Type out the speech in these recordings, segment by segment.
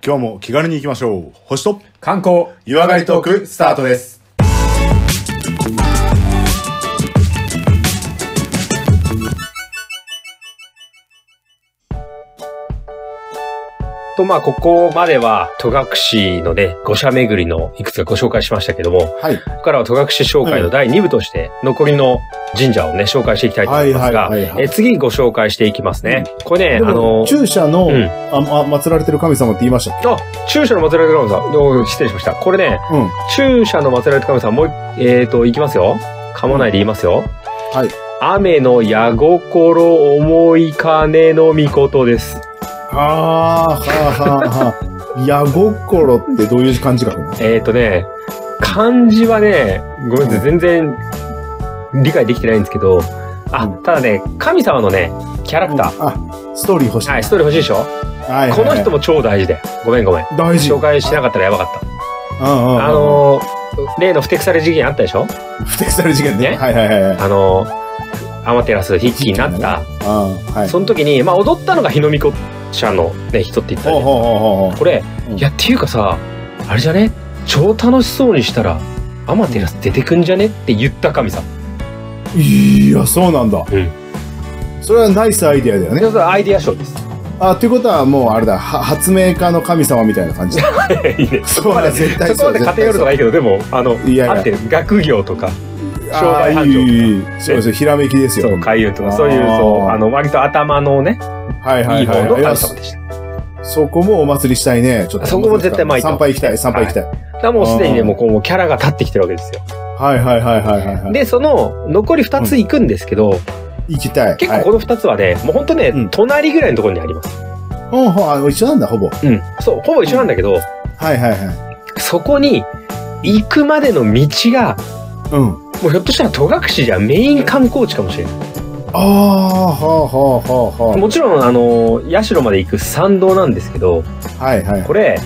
今日も気軽に行きましょう。星と観光湯上がりトークスタートです。 まあ、ここまでは、戸隠のね、御社巡りのいくつかご紹介しましたけども、はい。ここからは戸隠紹介の第2部として、残りの神社をね、紹介していきたいと思いますが、次ご紹介していきますね。これね、 中社の、祀られてる神様って言いましたっけ？ 中社の祀られてる神様、失礼しました。これね、中社の祀られてる神様、もう、いきますよ。噛まないで言いますよ。はい。雨の矢心思い金の御事です。矢心ってどういう漢字書くの？漢字はね、ごめんなさい、全然理解できてないんですけど、ただね、神様のね、キャラクター。 ストーリー欲しい。 はい、ストーリー欲しいでしょ？はい。この人も超大事で。ごめん。大事。紹介しなかったらやばかった。例のふてくされ事件あったでしょ？ ふてくされ事件ね。はい。 アマテラス筆記になった。その時に、まあ踊ったのが日の御子社のね、人って言ったら、これ、いや、っていうかさ、あれじゃね？超楽しそうにしたら、アマテラス出てくんじゃねって言った神様。 いや、そうなんだ。それはナイスアイデアだよね。 それはアイデア賞です。 っていうことはもうあれだ、発明家の神様みたいな感じだ。 いいね。 そうだ、絶対そう。 そこまで偏るのがいいけど、でも、あってる、学業とか、商売繁盛とか。 そうです、ひらめきですよ。 そう、開運とか、そういう、割と頭のね、いい方の神様でした。 そこもお祭りしたいね。ちょっと。 そこも絶対参拝行きたい。だからもうすでにね、もうキャラが立ってきてるわけですよ。 はい。 で、その、残り2つ行くんですけど、 行きたい。 結構この2つはね、もうほんとね、隣ぐらいのところにあります。 一緒なんだ、ほぼ。 そう、ほぼ一緒なんだけど、そこに行くまでの道が、もうひょっとしたら戸隠じゃメイン観光地かもしれない。もちろん、社まで行く参道なんですけど、これ、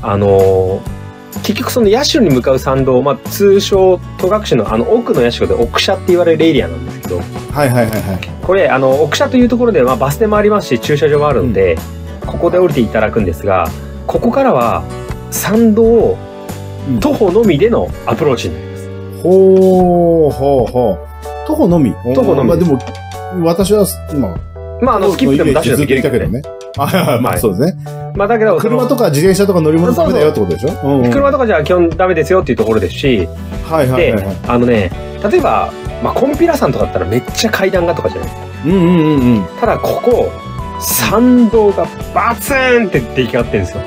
結局その社に向かう参道、まあ、通称、戸隠の奥の社で奥社って言われるエリアなんですけど、これ、奥社というところで、まあ、バス停もありますし、駐車場もあるので、ここで降りていただくんですが、ここからは、参道を、徒歩のみでのアプローチになります。 徒歩のみ。まあでも、私は、 まあ、スキップでもダッシュでもできるけどね。まあ、そうですね。 まあ、だけど、 車とか自転車とか乗り物ダメだよってことでしょ？ 車とかじゃ基本ダメですよっていうところですし、で、例えば、まあ、コンピラさんとかだったらめっちゃ階段がとかじゃないですか。ただ、ここ、参道がバツーンって出来上がってるんですよ。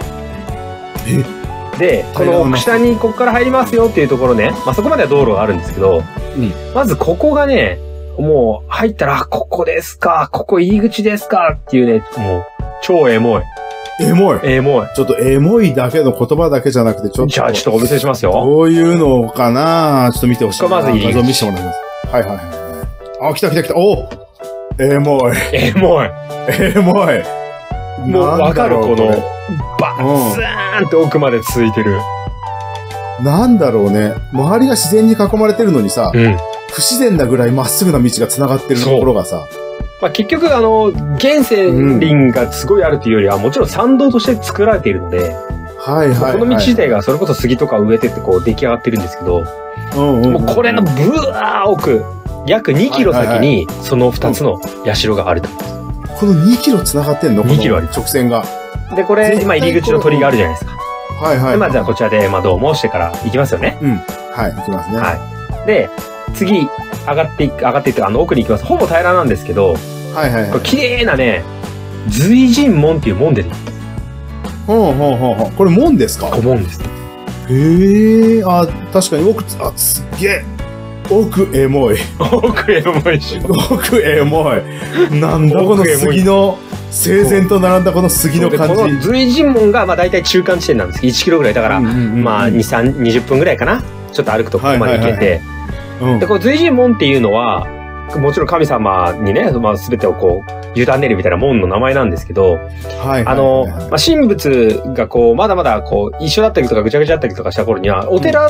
で、この下にここから入りますよっていうところね、まあ、そこまでは道路があるんですけど、まずここがね、もう入ったら、ここですか、ここ入り口ですかっていうね、もう超エモい。 エモい。ちょっとエモいだけの言葉だけじゃなくて、ちょっと。 じゃあちょっとお見せしますよ。 どういうのかな？ちょっと見てほしい。 まず画像見せてもらいます。来た。エモい。 もうわかる、この、バツーンって奥まで続いてる。 なんだろうね。周りが自然に囲まれてるのにさ、不自然なぐらいまっすぐな道が繋がってるところがさ。 まあ、結局原生林がすごいあるというよりは、もちろん参道として作られているので、この道自体がそれこそ杉とか植えてってこう出来上がってるんですけど、もうこれのブワー奥、約2キロ先にその2つの社があると。 この2キロ繋がってんの ？2キロある。 直線が。 で、これ、今入り口の鳥居があるじゃないですか。で、まあじゃあこちらで、まあどうもしてから行きますよね。 行きますね。 で、次、上がっていって、奥に行きます。ほぼ平らなんですけど、これ綺麗なね、随神門っていう門でできます。 これ門ですか？ 門です。 へえ、確かにすっげえ。奥エモい。 奥エモいし。 奥エモい。なんだこの杉の、整然と並んだこの杉の感じ。 この随神門が、まあ大体中間地点なんですけど、1キロぐらい。だから、まあ20分ぐらいかな。ちょっと歩くとここまで行けて。で、この随神門っていうのは、もちろん神様にね、まあ全てをこう、委ねるみたいな門の名前なんですけど、まあ神仏がこう、まだまだこう、一緒だったりとかぐちゃぐちゃだったりとかした頃には、お寺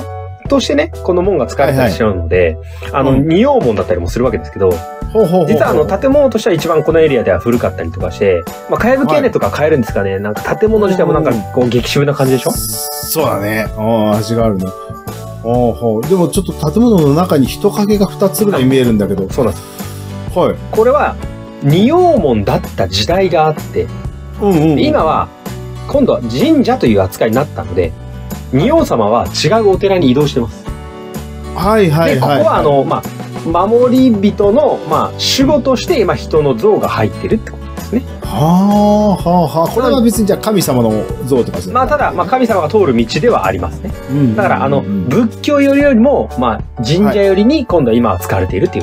としてね、この門が使われたりしちゃうので、二葉門だったりもするわけですけど、実は建物としては一番このエリアでは古かったりとかして、まあ、かやぶき屋根とか買えるんですかね、なんか建物自体もなんかこう激渋な感じでしょ？ そうだね。味があるね。でもちょっと建物の中に人影が2つぐらい見えるんだけど。 そうなんです。はい。これは、二葉門だった時代があって、今は、今度は神社という扱いになったので、二葉様は違うお寺に移動してます。で、ここは守り人の、守護として、人の像が入ってるってことですね。 これは別にじゃあ神様の像とかじゃない？ ただ、神様が通る道ではありますね。だから、仏教よりも、神社よりに今度は今は使われているっていう。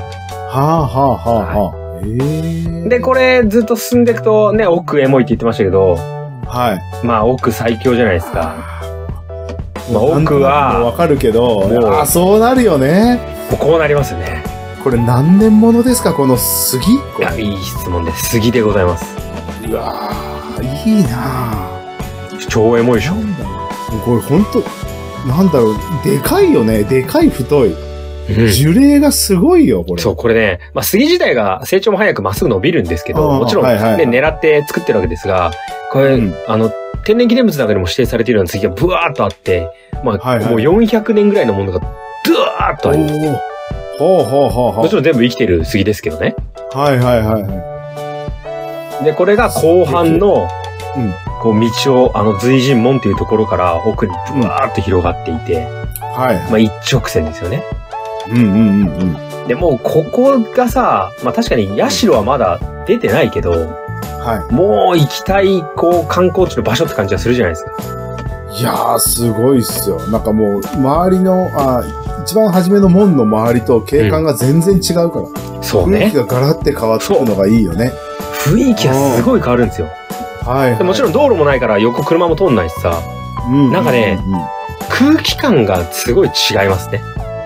で、これずっと進んでいくとね、奥エモいって言ってましたけど、奥最強じゃないですか。奥は。 わかるけど、そうなるよね。 こうなりますよね。 これ何年ものですか、この杉？ いや、いい質問です。杉でございます。 うわー、いいなぁ。超エモいでしょ。 これほんと、なんだろう、でかいよね。でかい太い。樹齢がすごいよ、これ。 そう、これね、杉自体が成長も早くまっすぐ伸びるんですけど、もちろんね、狙って作ってるわけですが、これ、天然記念物の中でも指定されているような杉がブワーっとあって、もう400年ぐらいのものがドワーっとあります。もちろん全部生きてる杉ですけどね。で、これが後半の、こう道を、随神門っていうところから奥にブワーっと広がっていて、一直線ですよね。で、もうここがさ、確かに社はまだ出てないけど、もう行きたい、観光地の場所って感じがするじゃないですか。 いやー、すごいっすよ。なんかもう、周りの、一番初めの門の周りと景観が全然違うから。そうね。雰囲気がガラッて変わってくのがいいよね。 雰囲気がすごい変わるんですよ。もちろん道路もないから横車も通んないしさ、なんかね、空気感がすごい違いますね。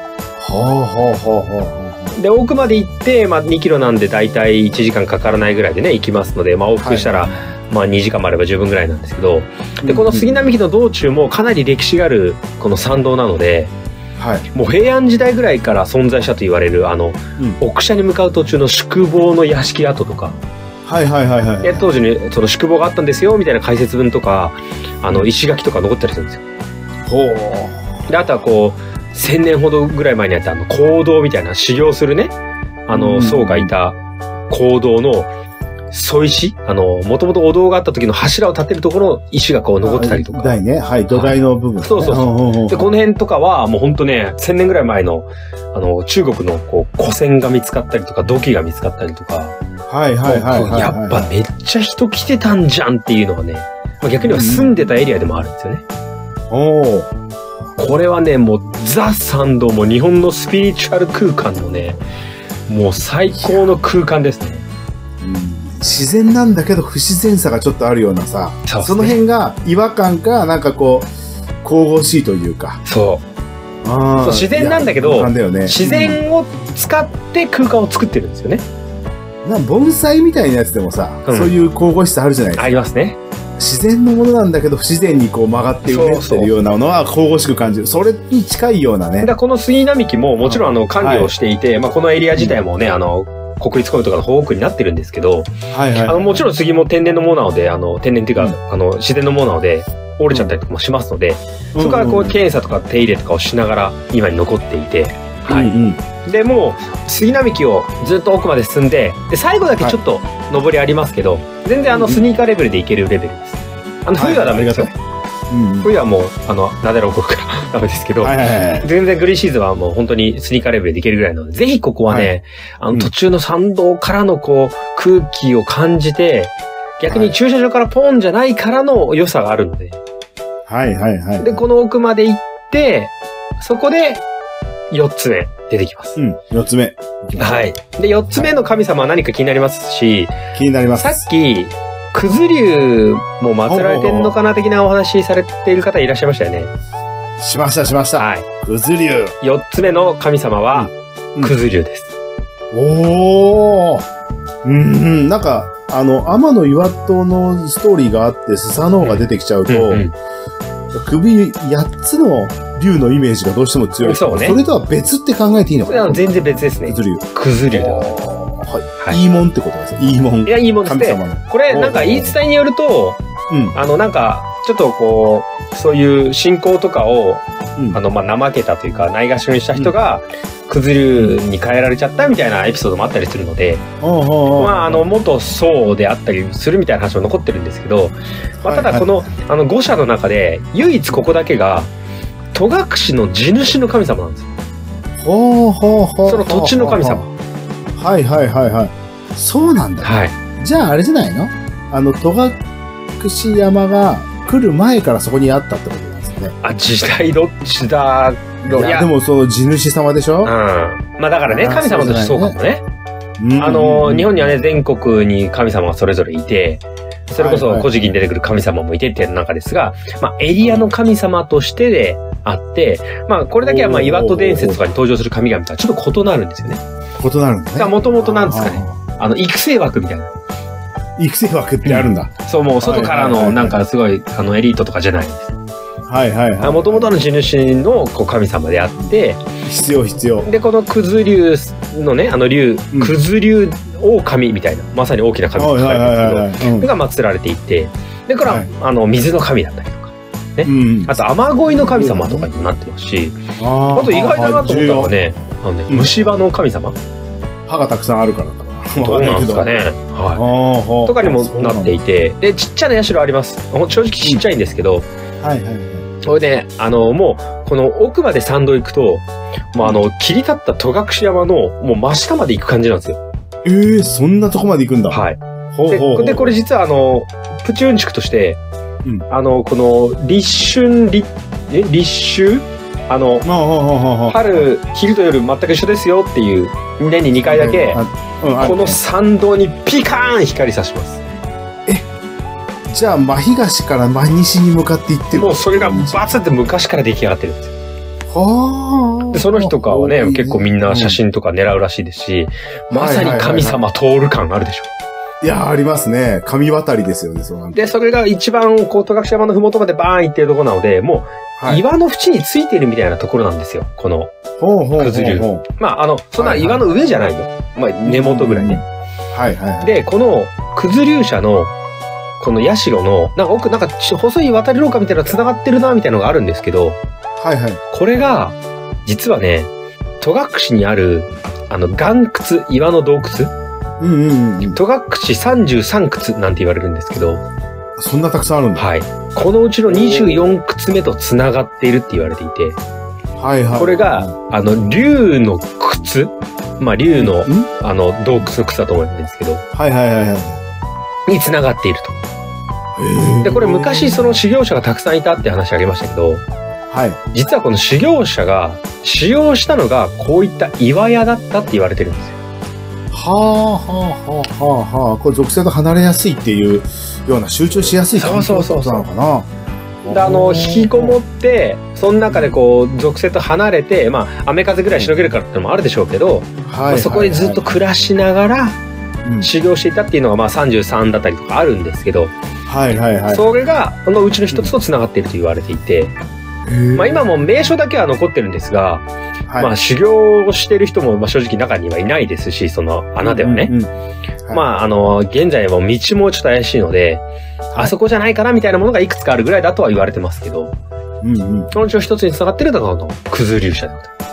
で、奥まで行って、2キロなんでだいたい1時間かからないぐらいでね、行きますので、往復したら、2時間もあれば十分ぐらいなんですけど、で、この杉並木の道中もかなり歴史がある、この参道なので、もう平安時代ぐらいから存在したと言われる、奥社に向かう途中の宿坊の屋敷跡とか、当時にその宿坊があったんですよ、みたいな解説文とか、石垣とか残ったりするんですよ。で、あとは1000年ほどぐらい前にあった講堂みたいな修行するね、僧がいた講堂の添石、もともとお堂があった時の柱を立てるところの石が残ってたりとか。 台ね。土台の部分。 そう。で、この辺とかはもうほんとね、1000年ぐらい前の、中国の古銭が見つかったりとか、土器が見つかったりとか。やっぱめっちゃ人来てたんじゃんっていうのがね、逆には住んでたエリアでもあるんですよね。これはね、もうザ・参道も日本のスピリチュアル空間のね、もう最高の空間ですね。 自然なんだけど不自然さがちょっとあるようなさ、その辺が違和感か、なんか神々しいというか。そう、 自然なんだけど、自然を使って空間を作ってるんですよね。 盆栽みたいなやつでもさ、そういう神々しさあるじゃないですか。 ありますね。 自然のものなんだけど不自然に曲がってうねってるようなのは神々しく感じる。それに近いようなね。 この杉並木ももちろん管理をしていて、このエリア自体もね、国立公園とかの保護区になってるんですけど、もちろん杉も天然のものなので、天然っていうか、自然のものなので、折れちゃったりとかもしますので、そこから検査とか手入れとかをしながら今に残っていて、で、もう、杉並木をずっと奥まで進んで、で、最後だけちょっと上りありますけど、全然スニーカーレベルでいけるレベルです。冬はダメですよ。冬はもう、なだら起こるからダメですけど、全然グリーンシーズンはもう本当にスニーカーレベルでいけるぐらいなので、ぜひここはね、途中の参道からの空気を感じて、逆に駐車場からポンじゃないからの良さがあるので。で、この奥まで行って、そこで、4つ目出てきます。 4つ目。 はい。で、4つ目の神様は何か気になりますし、 気になります。 さっき、九頭竜も祀られてんのかな的なお話されている方いらっしゃいましたよね。 しました。はい。九頭竜。 4つ目の神様は、九頭竜です。 なんか、天の岩戸のストーリーがあって、スサノオが出てきちゃうと、首8つの竜のイメージがどうしても強い。 そうね。 それとは別って考えていいのかな？ 全然別ですね。 くず竜。 くず竜でございます。 はい。いいもんってことです。いいもん。 いや、いいもんですね。これ、なんか言い伝えによると、なんか、ちょっとこう、そういう信仰とかを、怠けたというか、ないがしろにした人が、くず竜に変えられちゃったみたいなエピソードもあったりするので、元僧であったりするみたいな話も残ってるんですけど、ただこの、五社の中で、唯一ここだけが、戸隠の地主の神様なんですよ。その土地の神様。 はいはいはいはい。そうなんだ。 はい。じゃああれじゃないの？戸隠山が来る前からそこにあったってことなんですね。 時代どっちだろう。 いや、でもその地主様でしょ？ だからね、神様としてそうかもね。日本にはね、全国に神様がそれぞれいて、それこそ古事記に出てくる神様もいてっていう中ですが、エリアの神様としてであって、これだけは岩戸伝説とかに登場する神々とはちょっと異なるんですよね。 異なるんだね。 もともとなんですかね。育成枠みたいな。 育成枠ってあるんだ。 そう、もう外からのなんかすごい、エリートとかじゃないんです。 はいはいはい。 もともとの地主の神様であって、 必要。 で、このくず竜のね、竜、くず竜狼みたいな、まさに大きな神が書かれてるんですけど、が祀られていて、で、これは、水の神だったりとか、ね。あと、雨乞いの神様とかにもなってますし、あと意外だなと思ったのがね、虫歯の神様。 歯がたくさんあるからだ。 どうなんですかね。はい。とかにもなっていて、で、ちっちゃな社あります。正直ちっちゃいんですけど、それで、もう、この奥まで参道行くと、切り立った戸隠山の、もう真下まで行く感じなんですよ。 そんなとこまで行くんだ。 はい。で、これ実はプチうんちくとして、この、立秋春、昼と夜全く一緒ですよっていう、年に2回だけ、この参道にピカーン光差します。 じゃあ、真東から真西に向かっていってる。 もうそれがバツって昔から出来上がってるんですよ。で、その日とかはね、結構みんな写真とか狙うらしいですし、まさに神様通る感あるでしょ。 いや、ありますね。神渡りですよね、 で、それが一番、戸隠山のふもとまでバーン行ってるところなので、もう、岩の縁についてるみたいなところなんですよ、この、くず竜。そんな岩の上じゃないの。根元ぐらいね。で、この、くず竜社の、この社の、奥、細い渡り廊下みたいなの繋がってるな、みたいなのがあるんですけど、これが、実はね、戸隠にある、岩窟、岩の洞窟、戸隠33窟なんて言われるんですけど、 そんなたくさんあるんだ。 はい。このうちの24窟目と繋がっているって言われていて、これが、竜の窟、竜の、洞窟の窟だと思うんですけど、に繋がっていると。で、これ昔その修行者がたくさんいたって話ありましたけど、実はこの修行者が使用したのがこういった岩屋だったって言われてるんですよ。 これ属性と離れやすいっていうような集中しやすい環境なのかな。 で、引きこもって、その中でこう、属性と離れて、雨風ぐらいしのげるからってのもあるでしょうけど、そこにずっと暮らしながら、修行していたっていうのが33だったりとかあるんですけど、それがこのうちの一つと繋がっていると言われていて、今も名所だけは残ってるんですが、修行をしてる人も正直中にはいないですし、その穴ではね。現在も道もちょっと怪しいので、あそこじゃないかなみたいなものがいくつかあるぐらいだとは言われてますけど、そのうちの一つに繋がってるのがくず竜社でございます。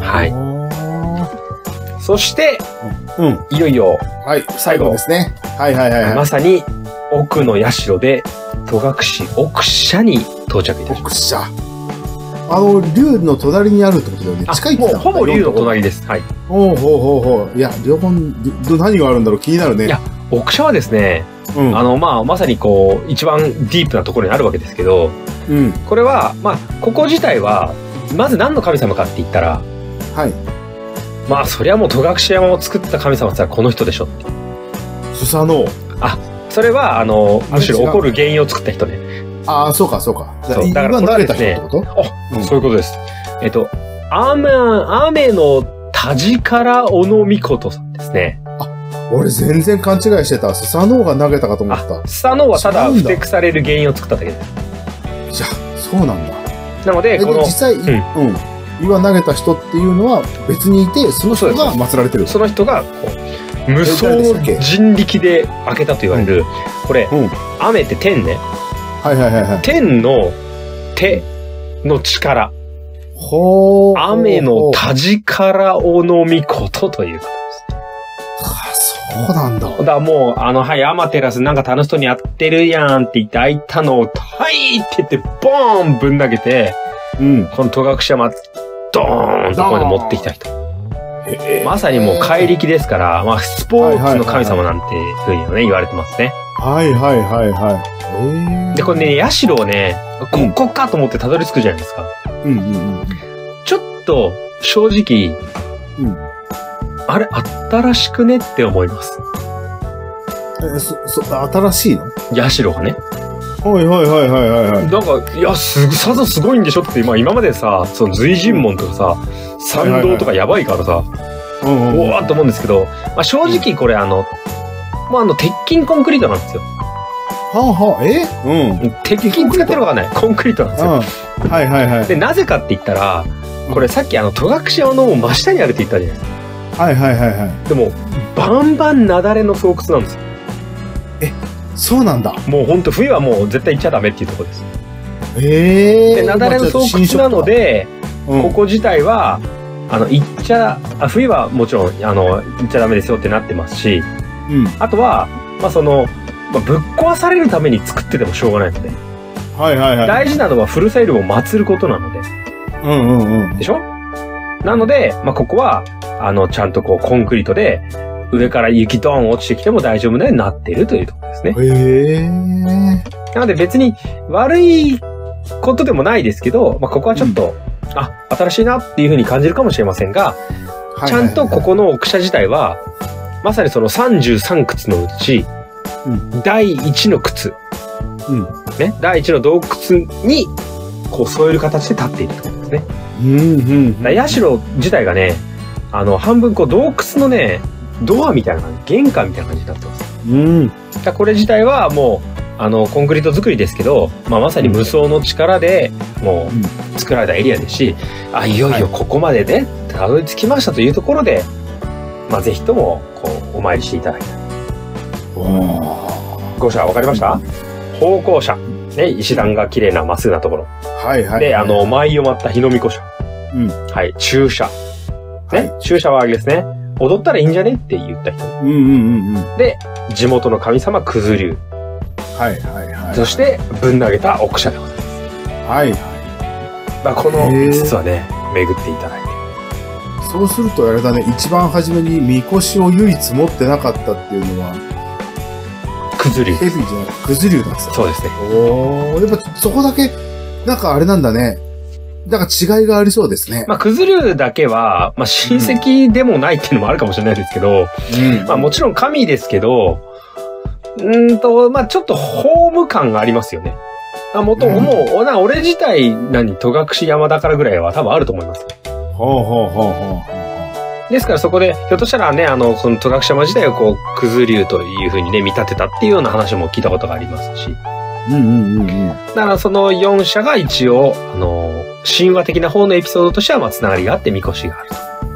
はい。そして、いよいよ、 最後ですね。 まさに、奥の社で、戸隠奥社に到着いたします。 奥社。竜の隣にあるってことだよね。近いって言ったほぼ竜の隣です。はい。 いや、両方、何があるんだろう気になるね。 いや、奥社はですね、まさにこう、一番ディープなところにあるわけですけど、これは、ここ自体は、まず何の神様かって言ったら、そりゃもう戸隠山を作った神様って言ったらこの人でしょって。 スサノオ。 それは、むしろ起こる原因を作った人ね。 そうか。だからこれですね。そういうことです。雨の田力小野命さんですね。 俺全然勘違いしてた。スサノオが投げたかと思った。 スサノオはただ、ふてくされる原因を作っただけです。 そうなんだ。 なので、 実際、岩投げた人っていうのは別にいて、その人が祀られてる。 その人が、無双の人力で開けたと言われる、これ、雨って天ね。天の手の力。雨の田力を飲みことということです。 そうなんだ。 だからもう、はい、アマテラスなんか楽しそうにやってるやんって言って開いたのを、はいって言って、ボーンぶん投げて、この戸隠山、ドーンとここまで持ってきた人。まさにもう怪力ですから、まあ、スポーツの神様なんていうふうにね、言われてますね。で、これね、社をね、ここかと思ってたどり着くじゃないですか。ちょっと、正直、あれ、新しくねって思います。 新しいの？ 社がね。 なんか、いや、さぞすごいんでしょって、まあ今までさ、その随神門とかさ、参道とかやばいからさ、おわーっと思うんですけど、まあ正直これもう鉄筋コンクリートなんですよ。鉄筋使ってるのかわかんない。コンクリートなんですよ。で、なぜかって言ったら、これさっき戸隠山の真下にあるって言ったじゃないですか。でも、バンバン雪崩の巣窟なんですよ。 そうなんだ。 もうほんと冬はもう絶対行っちゃダメっていうところです。で、雪崩の巣窟なので、ここ自体は、冬はもちろん、行っちゃダメですよってなってますし、あとは、まあぶっ壊されるために作っててもしょうがないので。大事なのはフルサイルを祀ることなので。でしょ？なので、まあ、ここは、ちゃんとこう、コンクリートで、上から雪ドーン落ちてきても大丈夫なようになっているというところですね。なので別に悪いことでもないですけど、まあ、ここはちょっと、新しいなっていう風に感じるかもしれませんが、ちゃんとここの奥社自体は、まさにその33窟のうち、第一の窟、第一の洞窟に、こう添える形で立っているということですね。社自体がね、半分こう洞窟のね、ドアみたいな感じ、玄関みたいな感じになってます。これ自体はもう、コンクリート作りですけど、まあ、まさに無双の力で、もう、作られたエリアですし、いよいよここまでね、たどり着きましたというところで、まあ、ぜひとも、こう、お参りしていただきたい。御社わかりました？方向社。ね、石段が綺麗なまっすぐなところ。で、舞を舞った日の御子社。駐車。ね、駐車はあれですね。踊ったらいいんじゃねって言った人。で、地元の神様、九頭龍。そして、ぶん投げた奥社でございます。この5つはね、巡っていただいて。 そうするとあれだね、一番初めにみこしを唯一持ってなかったっていうのは、 九頭龍。 ヘビじゃない、九頭龍なんですよ。 そうですね。 やっぱそこだけ、なんかあれなんだね。だから違いがありそうですね。 まあ、九頭龍だけは、まあ、親戚でもないっていうのもあるかもしれないですけど、まあ、もちろん神ですけど、まあ、ちょっとホーム感がありますよね。もう、俺自体、戸隠山だからぐらいは多分あると思います。ですからそこで、ひょっとしたらね、その戸隠山自体をこう、九頭龍という風にね、見立てたっていうような話も聞いたことがありますし。だからその4社が一応、神話的な方のエピソードとしては、まあ、つながりがあって、みこしがある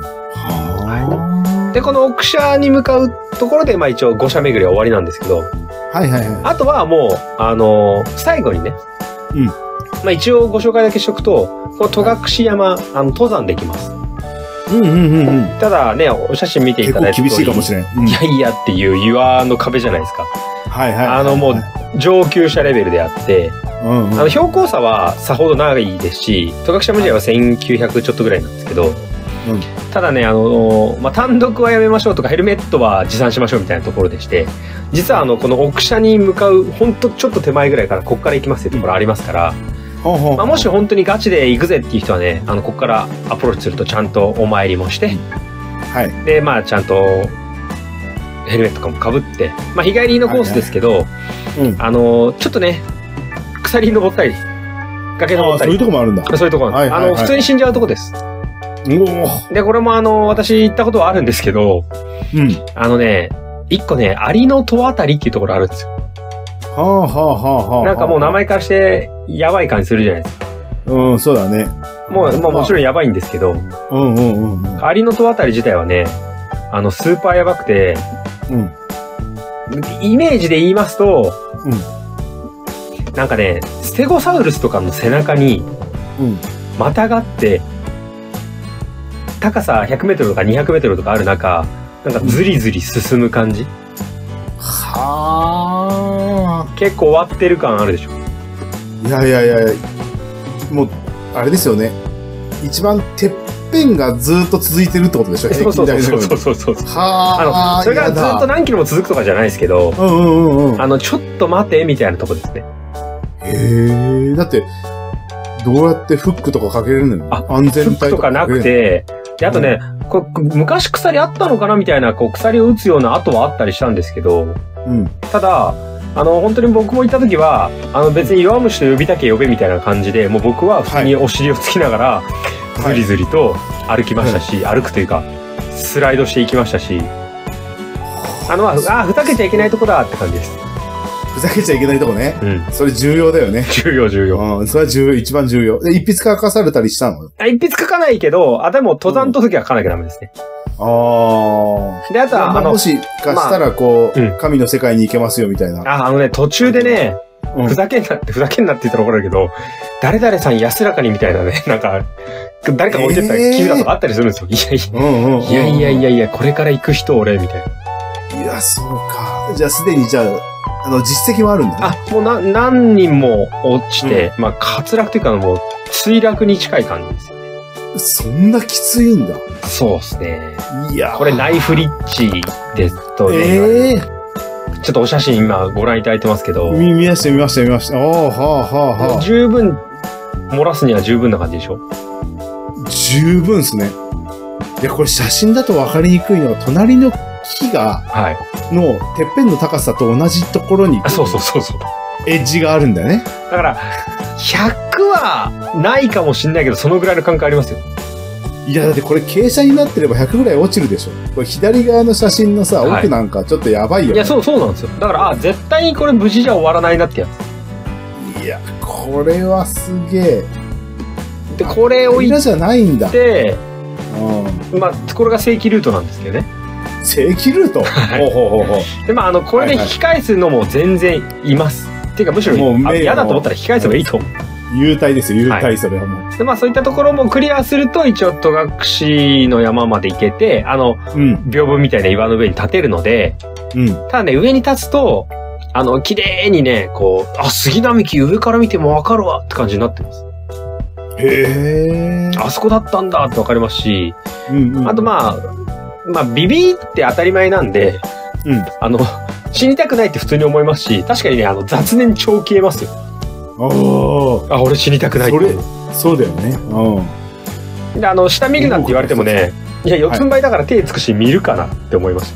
と。で、この奥社に向かうところで、まあ一応5社巡りは終わりなんですけど、あとはもう、最後にね、まあ一応ご紹介だけしとくと、この戸隠山、登山できます。ただね、お写真見ていただいて。 結構厳しいかもしれん。 いやいやっていう岩の壁じゃないですか。もう、上級者レベルであって、標高差はさほどないですし、戸隠山自体は1900ちょっとぐらいなんですけど、ただね、まあ、単独はやめましょうとか、ヘルメットは持参しましょうみたいなところでして、実はこの奥社に向かう、ほんとちょっと手前ぐらいから、こっから行きますっていうところありますから、まあ、もし本当にガチで行くぜっていう人はね、ここからアプローチするとちゃんとお参りもして、で、まあ、ちゃんと、ヘルメットとかも被って、まあ、日帰りのコースですけど、ちょっとね、鎖登ったり、崖登ったり。 そういうとこもあるんだ。 そういうとこなんです。普通に死んじゃうとこです。で、これも私行ったことはあるんですけど、一個ね、アリの戸あたりっていうところあるんですよ。なんかもう名前からして、やばい感じするじゃないですか。 うん、そうだね。 もう、もちろんやばいんですけど、有野戸あたり自体はね、スーパーやばくて、イメージで言いますと、なんかね、ステゴサウルスとかの背中に、またがって、高さ100メートルとか200メートルとかある中、なんかズリズリ進む感じ。 はあ。 結構終わってる感あるでしょ。 いや、もう、あれですよね。一番てっぺんがずっと続いてるってことでしょ。 そう。はあ。それがずっと何キロも続くとかじゃないですけど、ちょっと待てみたいなとこですね。 へえ。だって、どうやってフックとかかけれるの？安全帯とか。フックとかなくて、で、あとね、昔鎖あったのかなみたいな、鎖を打つような跡はあったりしたんですけど、ただ、本当に僕も行った時は、別に弱虫と呼びたけ呼べみたいな感じで、もう僕は普通にお尻をつきながら、ずりずりと歩きましたし、歩くというか、スライドしていきましたし、ふざけちゃいけないとこだって感じです。 ふざけちゃいけないとこね。それ重要だよね。 重要。 それは一番重要。で、一筆書かされたりしたの？ 一筆書かないけど、でも登山の時は書かなきゃダメですね。で、あとは、 もしかしたら、神の世界に行けますよ、みたいな。 途中でね、ふざけんなって言ったら怒られるけど、誰々さん安らかにみたいなね、なんか、誰かが置いてった木札とかあったりするんですよ。いや、これから行く人俺、みたいな。いや、そうか。じゃあ、すでに実績もあるんだね。 もう何人も落ちて、滑落というかもう、墜落に近い感じですよね。 そんなきついんだ。 そうですね。 いやこれナイフリッチですとね。ちょっとお写真今ご覧いただいてますけど。 見ました。 十分、漏らすには十分な感じでしょ？ 十分ですね。いや、これ写真だと分かりにくいのが、隣の木が、のてっぺんの高さと同じところに、 そう。 エッジがあるんだよね。 だから、100はないかもしんないけど、そのぐらいの感覚ありますよ。 いや、だってこれ傾斜になってれば100ぐらい落ちるでしょ。これ左側の写真のさ、奥なんかちょっとやばいよね。 いや、そうなんですよ。だから、絶対にこれ無事じゃ終わらないなってやつ。いや、これはすげえ。 で、これをじゃないんだ。 で、これが正規ルートなんですけどね。 正規ルート？ で、これで引き返すのも全然います。っていうか、むしろ嫌だと思ったら引き返せばいいと思う。 優待ですよ、優待、それはもう。 で、そういったところもクリアすると、一応、戸隠の山まで行けて、屏風みたいな岩の上に立てるので、ただね、上に立つと、綺麗にね、杉並木上から見てもわかるわって感じになってます。 へー。 あそこだったんだってわかりますし、あとビビって当たり前なんで、死にたくないって普通に思いますし、確かにね、雑念超消えますよ。俺死にたくないって。 そうだよね。 で、下見るなんて言われてもね、いや、四つん這いだから手つくし見るかなって思いました。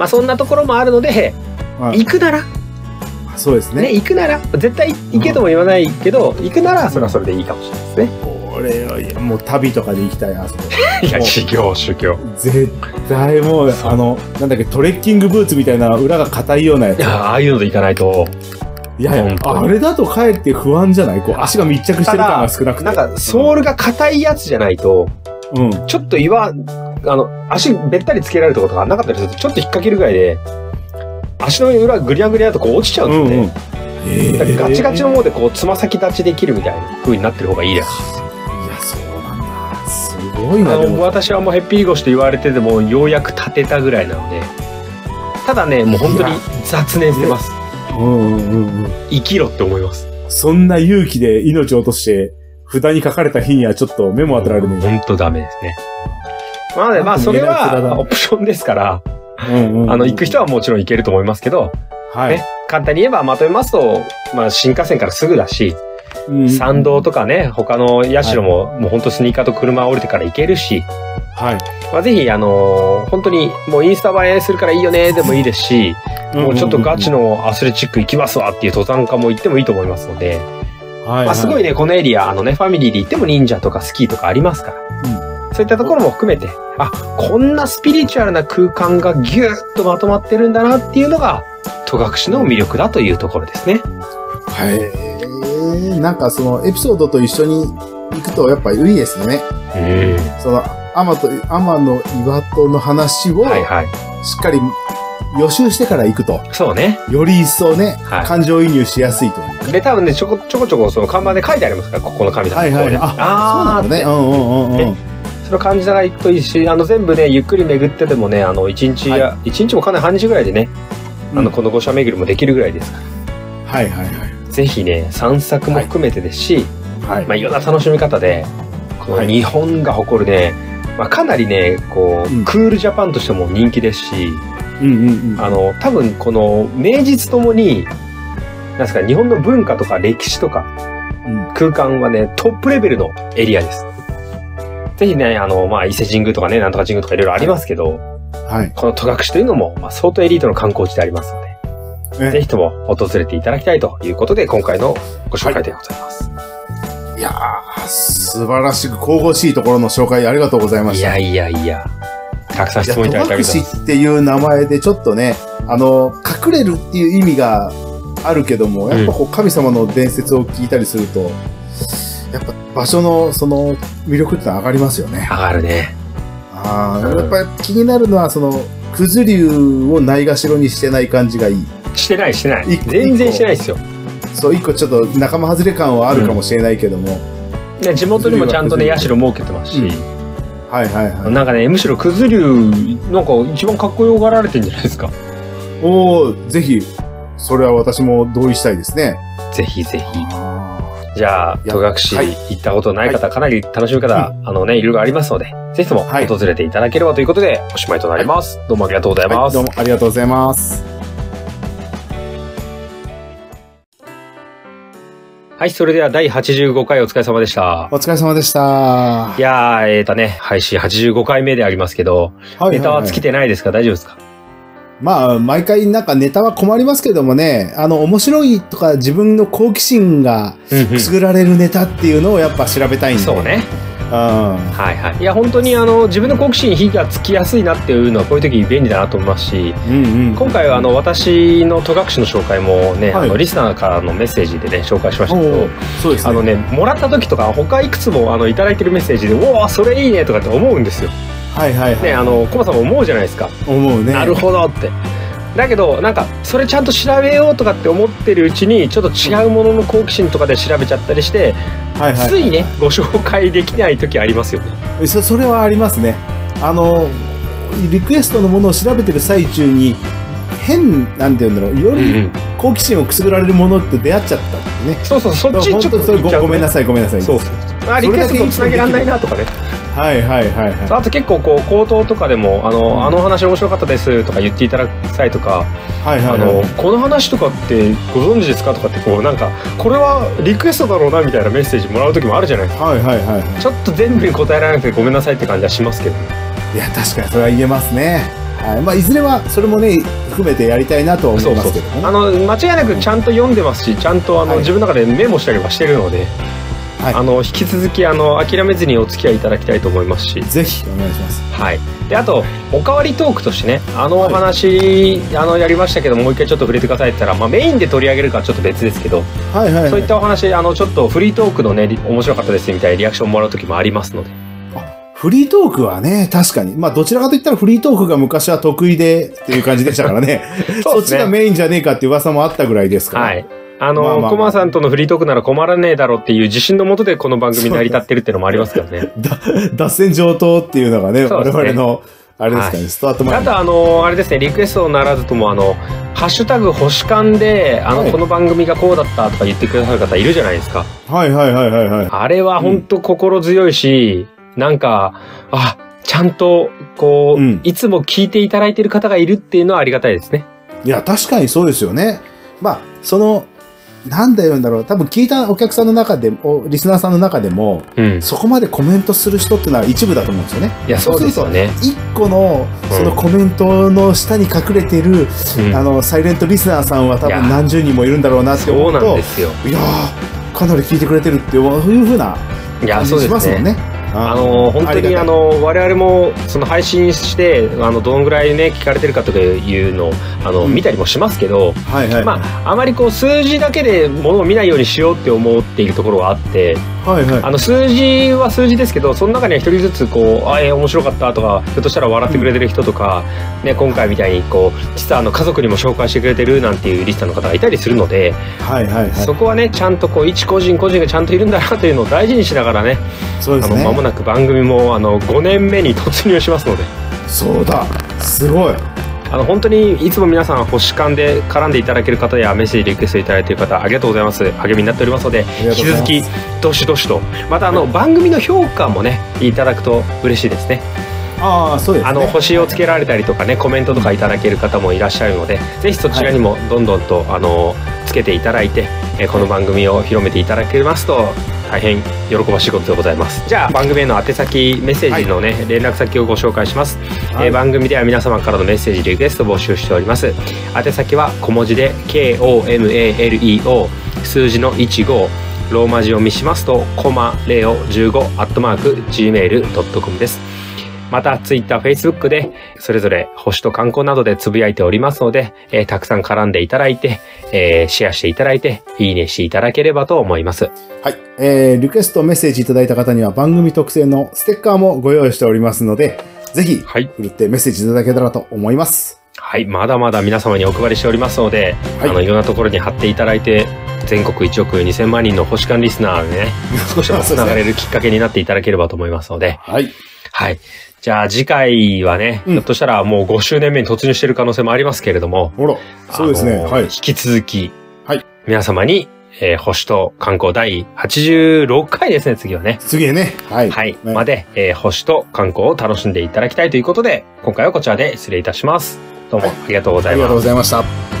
そんなところもあるので、行くなら、 そうですね。 行くなら、絶対行けとも言わないけど、行くなら、それはそれでいいかもしれないですね。 俺はもう旅とかで行きたいな、そこ。 いや、修行。 絶対もう、なんだっけ、トレッキングブーツみたいな裏が硬いようなやつ。 いや、ああいうので行かないと。 いや、あれだとかえって不安じゃない？足が密着してる感が少なくて。 なんか、ソールが硬いやつじゃないと、ちょっと足べったりつけられるところとかなかったりすると、ちょっと引っ掛けるぐらいで、足の裏グリャングリャンと落ちちゃうんですね。だからガチガチの方でつま先立ちできるみたいな風になってる方がいいです。 いや、そうなんだ。すごいな。 私はもうへっぴり腰と言われてても、ようやく立てたぐらいなので、ただね、もう本当に雑念してます。生きろって思います。 そんな勇気で命を落として、札に書かれた日にはちょっと目も当てられない。 本当ダメですね。それはオプションですから、行く人はもちろん行けると思いますけど、簡単に言えばまとめますと、新幹線からすぐだし、参道とかね、他の社も、もう本当スニーカーと車降りてから行けるし、ぜひ、本当にもうインスタ映えするからいいよね、でもいいですし、もうちょっとガチのアスレチック行きますわっていう登山家も行ってもいいと思いますので、すごいね、このエリア、ファミリーで行っても忍者とかスキーとかありますから、そういったところも含めて、こんなスピリチュアルな空間がギューッとまとまってるんだなっていうのが、戸隠の魅力だというところですね。 なんかそのエピソードと一緒に行くとやっぱりいいですね。その天の岩戸の話をしっかり予習してから行くと。 そうね。 より一層ね、感情移入しやすいという。 で、多分ね、ちょこちょこその看板で書いてありますから、ここの神様。 そうなんだね。 その感じながら行くといいし、全部ね、ゆっくり巡ってでもね、一日もかなり半日ぐらいでね、この五社巡りもできるぐらいですから。ぜひね、散策も含めてですし、いろんな楽しみ方で、この日本が誇るね、かなりね、クールジャパンとしても人気ですし、多分この名実ともに、なんですか、日本の文化とか歴史とか、空間はね、トップレベルのエリアです。ぜひね、伊勢神宮とかね、なんとか神宮とかいろいろありますけど、この戸隠というのも、相当エリートの観光地でありますので、ぜひとも訪れていただきたいということで、今回のご紹介でございます。 いやー、素晴らしく神々しいところの紹介ありがとうございました。 いや。たくさん質問いただいてありがとうございます。 戸隠っていう名前でちょっとね、隠れるっていう意味があるけども、やっぱ神様の伝説を聞いたりすると、やっぱ場所のその魅力って上がりますよね。 上がるね。 やっぱり気になるのは、その、九頭竜をないがしろにしてない感じがいい。 してない。全然してないですよ。 そう、一個ちょっと仲間外れ感はあるかもしれないけども。 地元にもちゃんとね、社設けてますし。なんかね、むしろ九頭竜、なんか一番かっこよがられてるんじゃないですか。 ぜひ、それは私も同意したいですね。 ぜひ。じゃあ、戸隠行ったことない方、かなり楽しみ方、いろいろありますので、ぜひとも訪れていただければということで、おしまいとなります。どうもありがとうございます。 どうもありがとうございます。 はい、それでは第85回お疲れ様でした。 お疲れ様でした。 いやー、配信85回目でありますけど、ネタは尽きてないですか？大丈夫ですか？ 毎回なんかネタは困りますけどもね、面白いとか自分の好奇心がくすぐられるネタっていうのをやっぱ調べたいんで。 そうね。いや、本当に自分の好奇心に火がつきやすいなっていうのはこういう時便利だなと思いますし、今回は私の戸隠の紹介もね、リスナーからのメッセージでね、紹介しましたけど、 そうですね。 もらった時とか他いくつもいただいてるメッセージで、おー、それいいねとかって思うんですよ。ね、コマさんも思うじゃないですか。 思うね。 なるほどって。だけど、なんか、それちゃんと調べようとかって思ってるうちに、ちょっと違うものの好奇心とかで調べちゃったりして、ついね、ご紹介できない時ありますよね。 それはありますね。リクエストのものを調べてる最中に、なんて言うんだろう、より好奇心をくすぐられるものって出会っちゃったってね。 そっちちょっとごめんなさい。そう。 リクエストつなげらんないなとかね。あと結構口頭とかでも、あの話面白かったですとか言っていただきたいとか、この話とかってご存知ですかとかってなんか、これはリクエストだろうなみたいなメッセージもらう時もあるじゃないですか。ちょっと全部に答えられなくてごめんなさいって感じはしますけど。 いや、確かにそれは言えますね。いずれはそれもね、含めてやりたいなとは思いますけどね。 間違いなくちゃんと読んでますし、ちゃんと自分の中でメモしたりはしてるので、引き続き諦めずにお付き合いいただきたいと思いますし、 ぜひお願いします。 で、あとおかわりトークとしてね、お話やりましたけどもう一回ちょっと触れてくださいって言ったら、メインで取り上げるかはちょっと別ですけど、そういったお話ちょっとフリートークのね、面白かったですみたいなリアクションもらう時もありますので。 フリートークはね、確かに。どちらかといったらフリートークが昔は得意でっていう感じでしたからね。そっちがメインじゃねえかっていう噂もあったぐらいですから。コマさんとのフリートークなら困らねえだろうっていう自信のもとでこの番組成り立ってるっていうのもありますけどね。 脱線上等っていうのがね、我々の、あれですかね、スタート前に。 あとあれですね、リクエストならずともハッシュタグ星間で、この番組がこうだったとか言ってくださる方いるじゃないですか。あれは本当心強いし、なんか、ちゃんと、いつも聞いていただいている方がいるっていうのはありがたいですね。 いや、確かにそうですよね。なんだ言うんだろう。多分聞いたお客さんの中でも、リスナーさんの中でも、そこまでコメントする人っていうのは一部だと思うんですよね。 いや、そうですよね。 一個の、そのコメントの下に隠れてる、サイレントリスナーさんは多分何十人もいるんだろうなって思うと、 そうなんですよ。 いやー、かなり聞いてくれてるっていうふうな感じしますもんね。 本当に我々もその配信してどのぐらいね聞かれてるかとかいうのを見たりもしますけど、まああまりこう数字だけでものを見ないようにしようって思っているところがあって、数字は数字ですけど、その中には一人ずつこう面白かったとか、ひょっとしたら笑ってくれてる人とか、ね、今回みたいにこう実は家族にも紹介してくれてるなんていうリスナーの方がいたりするので、そこはねちゃんとこう一個人個人がちゃんといるんだなというのを大事にしながらね、そうですね、間もなく番組も5年目に突入しますので。 そうだ、すごい。 本当にいつも皆さん星間で絡んでいただける方やメッセージリクエストいただいている方ありがとうございます。励みになっておりますので、引き続きどしどしと、また番組の評価もねいただくと嬉しいですね。 そうですね。 星をつけられたりとかね、コメントとかいただける方もいらっしゃるので、ぜひそちらにもどんどんとつけていただいて、この番組を広めていただけますと大変喜ばしいことでございます。じゃあ番組への宛先メッセージのね、連絡先をご紹介します。番組では皆様からのメッセージリクエストを募集しております。宛先は小文字で KOMALEO 数字の15、ローマ字読みしますとコマレオ15 @gmail.com です。またツイッター、フェイスブックでそれぞれ星と観光などでつぶやいておりますので、たくさん絡んでいただいて、シェアしていただいて、いいねしていただければと思います。 はい、リクエストメッセージいただいた方には番組特製のステッカーもご用意しておりますので、ぜひ振るってメッセージいただけたらと思います。 はい、まだまだ皆様にお配りしておりますので、いろんなところに貼っていただいて、全国1億2000万人の星間リスナーでね、少しでもつながれるきっかけになっていただければと思いますので、はい。じゃあ次回はね、ひょっとしたらもう5周年目に突入している可能性もありますけれども、 そうですね。 引き続き、皆様に、星と観光第86回ですね、次はね。 次ね。 まで、星と観光を楽しんでいただきたいということで、今回はこちらで失礼いたします。どうもありがとうございます。 ありがとうございました。